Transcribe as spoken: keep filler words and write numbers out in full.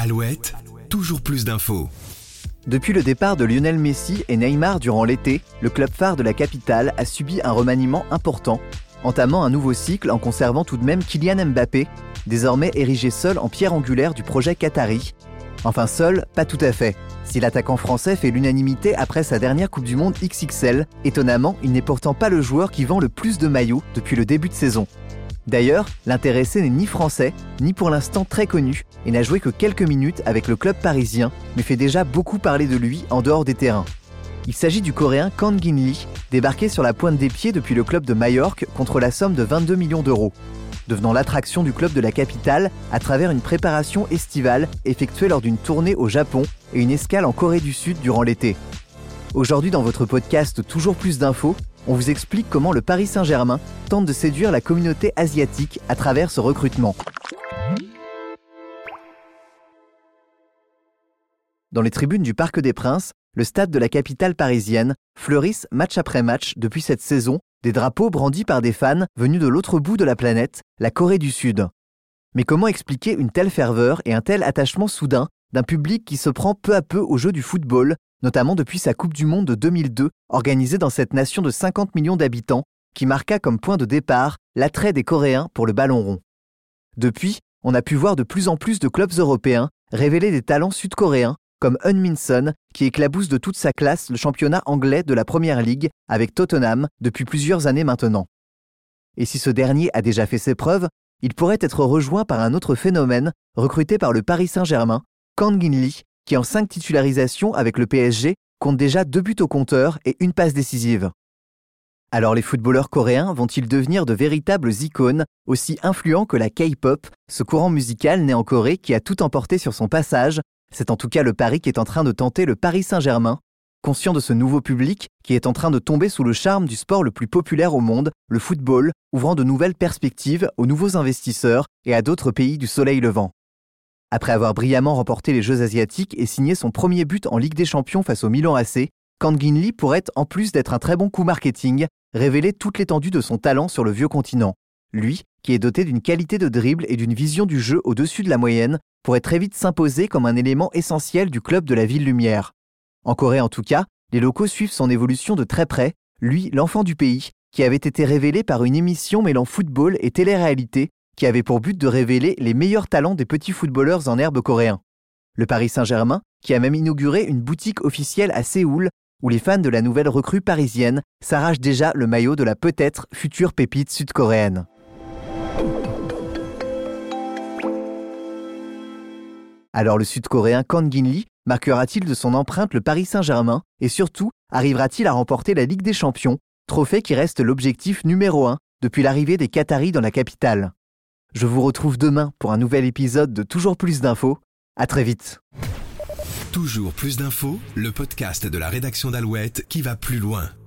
Alouette, toujours plus d'infos. Depuis le départ de Lionel Messi et Neymar durant l'été, le club phare de la capitale a subi un remaniement important, entamant un nouveau cycle en conservant tout de même Kylian Mbappé, désormais érigé seul en pierre angulaire du projet qatari. Enfin seul, pas tout à fait. Si l'attaquant français fait l'unanimité après sa dernière Coupe du Monde X X L, étonnamment, il n'est pourtant pas le joueur qui vend le plus de maillots depuis le début de saison. D'ailleurs, l'intéressé n'est ni français, ni pour l'instant très connu, et n'a joué que quelques minutes avec le club parisien, mais fait déjà beaucoup parler de lui en dehors des terrains. Il s'agit du coréen Kang In-lee, débarqué sur la pointe des pieds depuis le club de Majorque contre la somme de vingt-deux millions d'euros, devenant l'attraction du club de la capitale à travers une préparation estivale effectuée lors d'une tournée au Japon et une escale en Corée du Sud durant l'été. Aujourd'hui dans votre podcast Toujours plus d'infos, on vous explique comment le Paris Saint-Germain tente de séduire la communauté asiatique à travers ce recrutement. Dans les tribunes du Parc des Princes, le stade de la capitale parisienne, fleurissent match après match depuis cette saison des drapeaux brandis par des fans venus de l'autre bout de la planète, la Corée du Sud. Mais comment expliquer une telle ferveur et un tel attachement soudain d'un public qui se prend peu à peu au jeu du football, notamment depuis sa Coupe du Monde de deux mille deux, organisée dans cette nation de cinquante millions d'habitants, qui marqua comme point de départ l'attrait des Coréens pour le ballon rond. Depuis, on a pu voir de plus en plus de clubs européens révéler des talents sud-coréens, comme Heung-min Son, qui éclabousse de toute sa classe le championnat anglais de la Première Ligue avec Tottenham depuis plusieurs années maintenant. Et si ce dernier a déjà fait ses preuves, il pourrait être rejoint par un autre phénomène recruté par le Paris Saint-Germain, Kang In-lee, qui en cinq titularisations avec le P S G compte déjà deux buts au compteur et une passe décisive. Alors les footballeurs coréens vont-ils devenir de véritables icônes, aussi influents que la K-pop, ce courant musical né en Corée qui a tout emporté sur son passage? C'est en tout cas le pari qu'est en train de tenter le Paris Saint-Germain, conscient de ce nouveau public qui est en train de tomber sous le charme du sport le plus populaire au monde, le football, ouvrant de nouvelles perspectives aux nouveaux investisseurs et à d'autres pays du soleil levant. Après avoir brillamment remporté les Jeux asiatiques et signé son premier but en Ligue des Champions face au Milan A C, Kang In-lee pourrait, en plus d'être un très bon coup marketing, révéler toute l'étendue de son talent sur le vieux continent. Lui, qui est doté d'une qualité de dribble et d'une vision du jeu au-dessus de la moyenne, pourrait très vite s'imposer comme un élément essentiel du club de la Ville Lumière. En Corée en tout cas, les locaux suivent son évolution de très près, lui, l'enfant du pays, qui avait été révélé par une émission mêlant football et télé-réalité, qui avait pour but de révéler les meilleurs talents des petits footballeurs en herbe coréens. Le Paris Saint-Germain, qui a même inauguré une boutique officielle à Séoul, où les fans de la nouvelle recrue parisienne s'arrachent déjà le maillot de la peut-être future pépite sud-coréenne. Alors le sud-coréen Kang In-lee marquera-t-il de son empreinte le Paris Saint-Germain et surtout, arrivera-t-il à remporter la Ligue des Champions, trophée qui reste l'objectif numéro un depuis l'arrivée des Qataris dans la capitale? Je vous retrouve demain pour un nouvel épisode de Toujours plus d'infos. À très vite. Toujours plus d'infos, le podcast de la rédaction d'Alouette qui va plus loin.